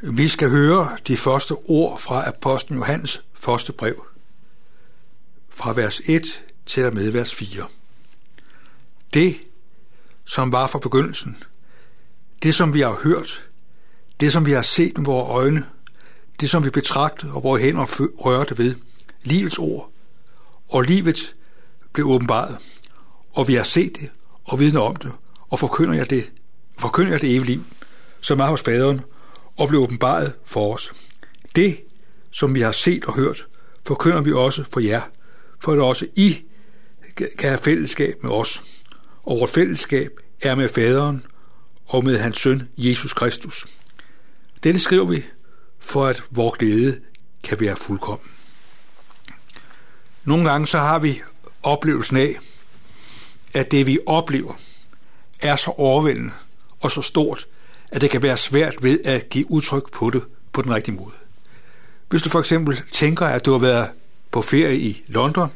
Vi skal høre de første ord fra apostlen Johannes første brev, fra vers 1 til og med vers 4. Det, som var fra begyndelsen, det, som vi har hørt, det, som vi har set med vores øjne, det, som vi betragtede og vores hænder rørte ved, livets ord, og livet blev åbenbaret, og vi har set det og vidner om det, og forkynder jeg det evige liv, som er hos faderen, og blev åbenbaret for os. Det, som vi har set og hørt, forkynder vi også for jer, for at også I kan have fællesskab med os. Og vores fællesskab er med faderen og med hans søn, Jesus Kristus. Dette skriver vi, for at vores glæde kan være fuldkommen. Nogle gange så har vi oplevelsen af, at det vi oplever er så overvældende og så stort, at det kan være svært ved at give udtryk på det på den rigtige måde. Hvis du for eksempel tænker, at du har været på ferie i London,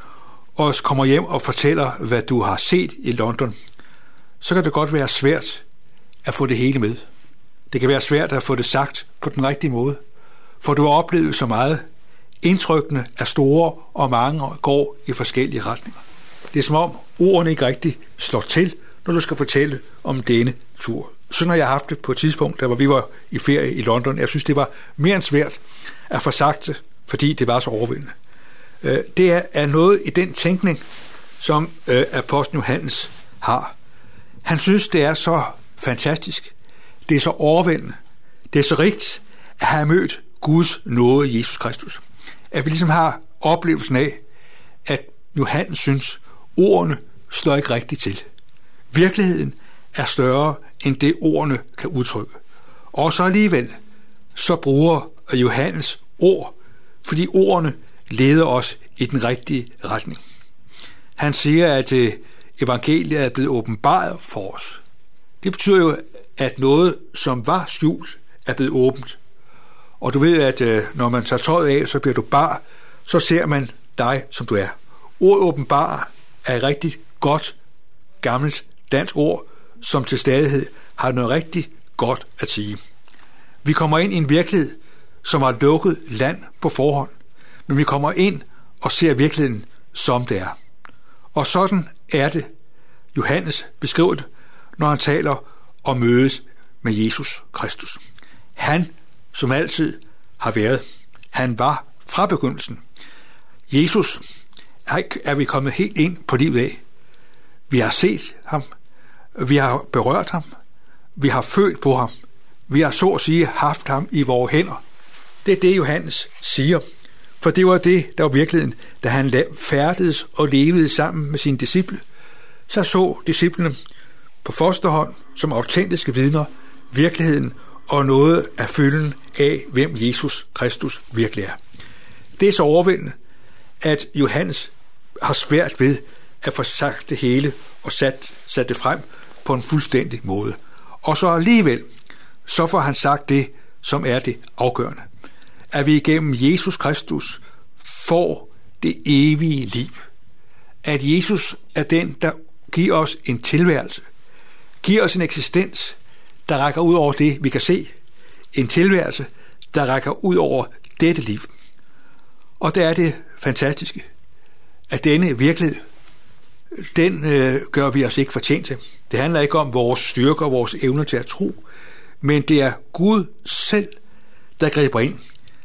og kommer hjem og fortæller, hvad du har set i London, så kan det godt være svært at få det hele med. Det kan være svært at få det sagt på den rigtige måde, for du har oplevet så meget. Indtrykkene er store, og mange går i forskellige retninger. Det er som om ordene ikke rigtig slår til, når du skal fortælle om denne tur. Sådan har jeg haft det på et tidspunkt, hvor vi var i ferie i London. Jeg synes, det var mere end svært at få sagt det, fordi det var så overvældende. Det er noget i den tænkning, som apostlen Johannes har. Han synes, det er så fantastisk. Det er så overvældende. Det er så rigtigt at have mødt Guds nåde i Jesus Kristus. At vi ligesom har oplevelsen af, at Johannes synes, ordene slår ikke rigtigt til. Virkeligheden er større end det ordene kan udtrykke. Og så alligevel, så bruger Johannes ord, fordi ordene leder os i den rigtige retning. Han siger, at evangeliet er blevet åbenbaret for os. Det betyder jo, at noget, som var skjult, er blevet åbent. Og du ved, at når man tager tøjet af, så bliver du bar, så ser man dig, som du er. Ordet åbenbar er et rigtig godt, gammelt dansk ord, som til stadighed har noget rigtig godt at sige. Vi kommer ind i en virkelighed, som har lukket land på forhånd, men vi kommer ind og ser virkeligheden, som det er. Og sådan er det, Johannes beskriver det, når han taler om mødes med Jesus Kristus. Han, som altid har været, han var fra begyndelsen. Jesus er vi kommet helt ind på livet af. Vi har set ham, vi har berørt ham, vi har følt på ham, vi har så at sige haft ham i vores hænder. Det er det, Johannes siger, for det var det, der var virkeligheden, da han færdedes og levede sammen med sine disciple. Så disciplene på fosterhånd som autentiske vidner virkeligheden og noget af fylden af, hvem Jesus Kristus virkelig er. Det er så overvældende, at Johannes har svært ved at få sagt det hele og sat det frem på en fuldstændig måde. Og så alligevel, så får han sagt det, som er det afgørende. At vi igennem Jesus Kristus får det evige liv. At Jesus er den, der giver os en tilværelse, giver os en eksistens, der rækker ud over det, vi kan se. En tilværelse, der rækker ud over dette liv. Og der er det fantastiske, at denne virkelighed, den gør vi os ikke fortjent til. Det handler ikke om vores styrke og vores evne til at tro, men det er Gud selv, der griber ind.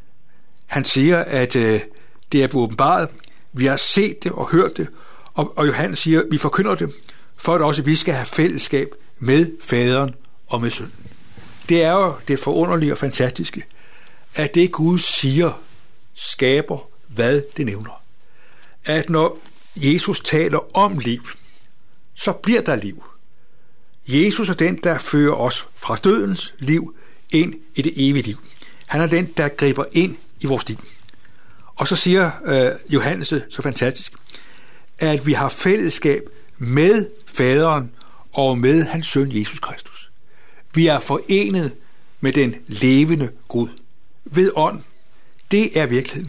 Han siger, at det er åbenbaret. Vi har set det og hørt det, og Johannes siger, at vi forkynder det, for at også vi skal have fællesskab med faderen og med sønnen. Det er jo det forunderlige og fantastiske, at det Gud siger, skaber, hvad det nævner. At når Jesus taler om liv, så bliver der liv. Jesus er den, der fører os fra dødens liv ind i det evige liv. Han er den, der griber ind i vores liv. Og så siger Johannes så fantastisk, at vi har fællesskab med faderen og med hans søn Jesus Kristus. Vi er forenet med den levende Gud ved ånd. Det er virkeligheden.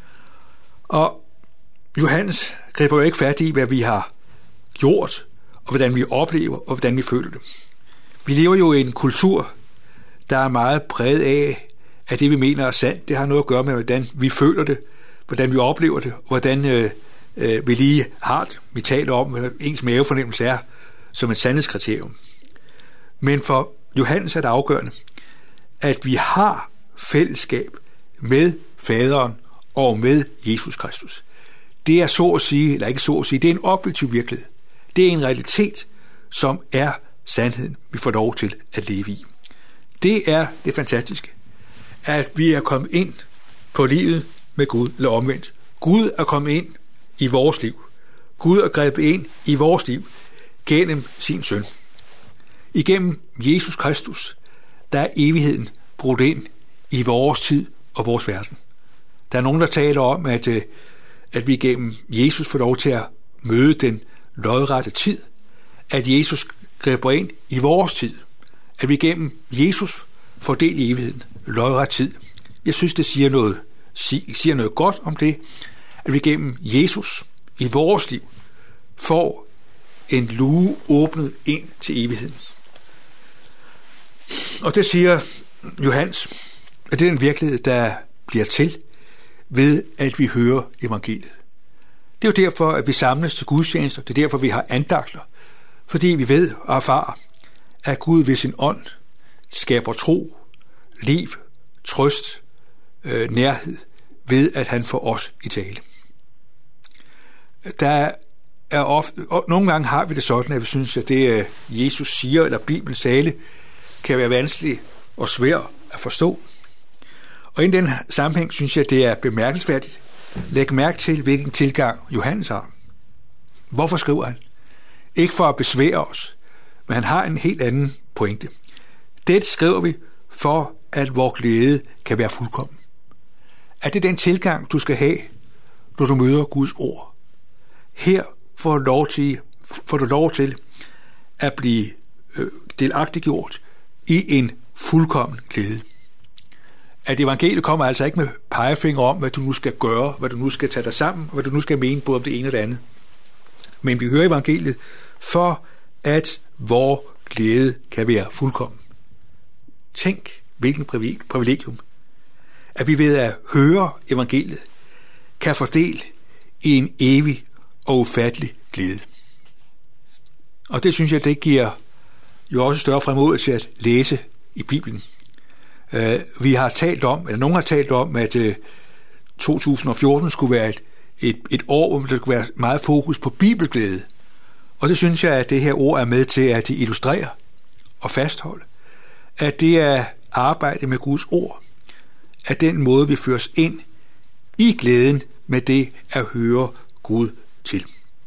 Og Johannes griber jo ikke fat i, hvad vi har gjort, og hvordan vi oplever, og hvordan vi føler det. Vi lever jo i en kultur, der er meget præget af, at det, vi mener er sandt, det har noget at gøre med, hvordan vi føler det, hvordan vi oplever det, hvordan vi lige har det. Vi taler om, hvad ens mavefornemmelse er som et sandhedskriterium. Men for Johannes er det afgørende, at vi har fællesskab med Faderen og med Jesus Kristus. Det er så at sige, eller ikke så at sige, det er en objektiv virkelighed. Det er en realitet, som er sandheden, vi får lov til at leve i. Det er det fantastiske, at vi er kommet ind på livet med Gud, eller omvendt. Gud er kommet ind i vores liv. Gud er grebet ind i vores liv gennem sin søn. Igennem Jesus Kristus, der er evigheden brudt ind i vores tid og vores verden. Der er nogen, der taler om, at vi gennem Jesus får lov til at møde den lodrette tid. At Jesus griber ind i vores tid. At vi gennem Jesus får del i evigheden, lodret tid. Jeg synes, det siger noget godt om det, at vi gennem Jesus i vores liv får en luge åbnet ind til evigheden. Og det siger Johannes, at det er den virkelighed, der bliver til ved, at vi hører evangeliet. Det er jo derfor, at vi samles til gudstjenester. Det er derfor, vi har andagter. Fordi vi ved og erfarer, at Gud ved sin ånd skaber tro, liv, trøst, nærhed ved, at han får os i tale. Der er ofte, og nogle gange har vi det sådan, at vi synes, at det Jesus siger, eller Bibelens tale, kan være vanskeligt og svært at forstå. Og i den sammenhæng synes jeg, det er bemærkelsesværdigt. Læg mærke til, hvilken tilgang Johannes har. Hvorfor skriver han? Ikke for at besvære os, men han har en helt anden pointe. Det skriver vi for, at vores glæde kan være fuldkommen. At det er den tilgang, du skal have, når du møder Guds ord. Her får du lov til at blive delagtiggjort i en fuldkommen glæde. At evangeliet kommer altså ikke med pegefinger om, hvad du nu skal gøre, hvad du nu skal tage dig sammen, og hvad du nu skal mene både om det ene og det andet. Men vi hører evangeliet for, at vor glæde kan være fuldkommen. Tænk, hvilken privilegium, at vi ved at høre evangeliet, kan få del i en evig og ufattelig glæde. Og det synes jeg, det giver jo også større frimodighed til at læse i Bibelen. Vi har talt om, eller nogen har talt om, at 2014 skulle være et år, hvor der skulle være meget fokus på bibelglæde. Og det synes jeg, at det her ord er med til at illustrere og fastholde, at det er arbejde med Guds ord, at den måde, vi føres ind i glæden med det at høre Gud til.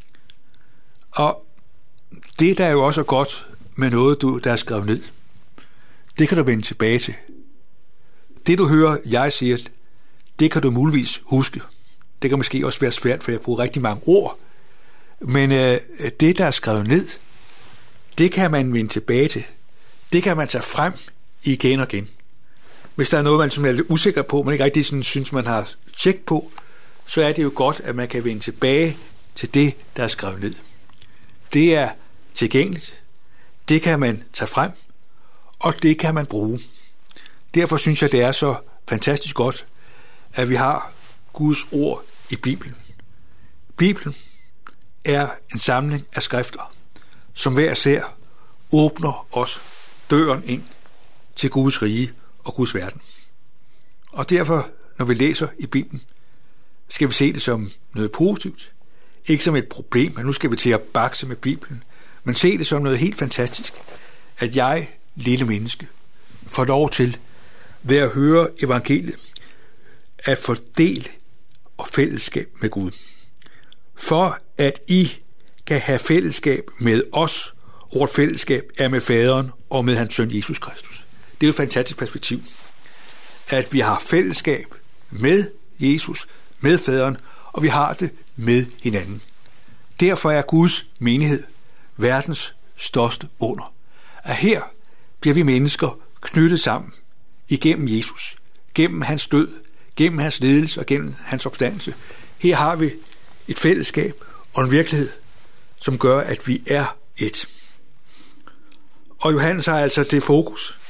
Og det, der er jo også godt med noget, der er skrevet ned, det kan du vende tilbage til. Det, du hører, jeg siger, det kan du muligvis huske. Det kan måske også være svært, for jeg bruger rigtig mange ord. Men det, der er skrevet ned, det kan man vende tilbage til. Det kan man tage frem igen og igen. Hvis der er noget, man er lidt usikker på, man ikke rigtig sådan, synes, man har tjekket på, så er det jo godt, at man kan vende tilbage til det, der er skrevet ned. Det er tilgængeligt. Det kan man tage frem, og det kan man bruge. Derfor synes jeg, det er så fantastisk godt, at vi har Guds ord i Bibelen. Bibelen er en samling af skrifter, som hver især åbner os døren ind til Guds rige og Guds verden. Og derfor, når vi læser i Bibelen, skal vi se det som noget positivt. Ikke som et problem, at nu skal vi til at bakse med Bibelen, men se det som noget helt fantastisk, at jeg, lille menneske, får lov til ved at høre evangeliet, at få del og fællesskab med Gud. For at I kan have fællesskab med os, og vort fællesskab er med Faderen og med hans søn Jesus Kristus. Det er jo et fantastisk perspektiv, at vi har fællesskab med Jesus, med Faderen, og vi har det med hinanden. Derfor er Guds menighed verdens største under. At her bliver vi mennesker knyttet sammen igennem Jesus, gennem hans død, gennem hans lidelse og gennem hans opstandelse. Her har vi et fællesskab og en virkelighed, som gør, at vi er et. Og Johannes har altså det fokus,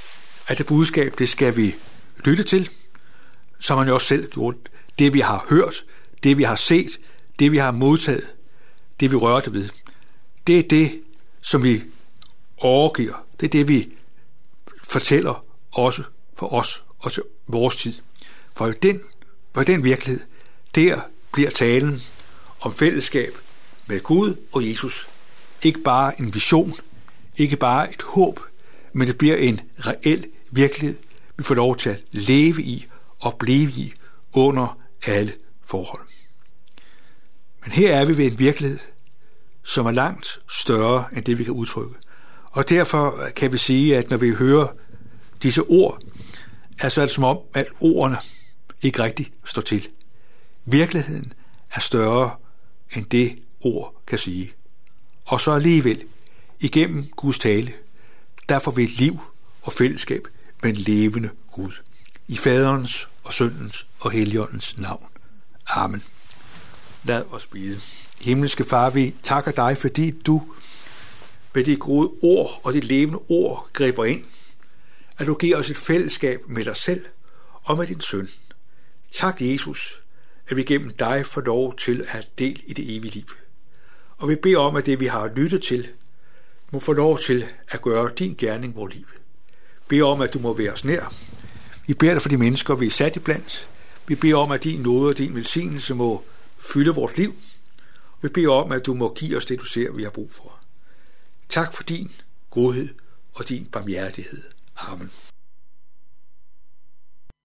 at det budskab, det skal vi lytte til, som man jo også selv gjort. Det vi har hørt, det vi har set, det vi har modtaget, det vi rørte ved, det er det, som vi overgiver. Det er det, vi fortæller også for os og til vores tid. For i den virkelighed, der bliver talen om fællesskab med Gud og Jesus ikke bare en vision, ikke bare et håb, men det bliver en reel virkelighed, vi får lov til at leve i og blive i under alle forhold. Men her er vi ved en virkelighed, som er langt større end det, vi kan udtrykke. Og derfor kan vi sige, at når vi hører disse ord, så er det som om, at ordene ikke rigtig står til. Virkeligheden er større end det ord kan sige. Og så alligevel, igennem Guds tale, der får vi et liv og fællesskab med en levende Gud. I Faderens og Søndens og Helligåndens navn. Amen. Lad os bede. Himmelske Far, vi takker dig, fordi du med de gode ord og de levende ord griber ind, at du giver os et fællesskab med dig selv og med din søn. Tak, Jesus, at vi gennem dig får lov til at have del i det evige liv. Og vi beder om, at det, vi har lyttet til, må få lov til at gøre din gerning i vores liv. Vi beder om, at du må være os nær. Vi beder dig for de mennesker, vi er sat iblandt. Vi beder om, at din nåde og din velsignelse må fylde vores liv. Vi beder om, at du må give os det, du ser, vi har brug for. Tak for din godhed og din barmhjertighed. Amen.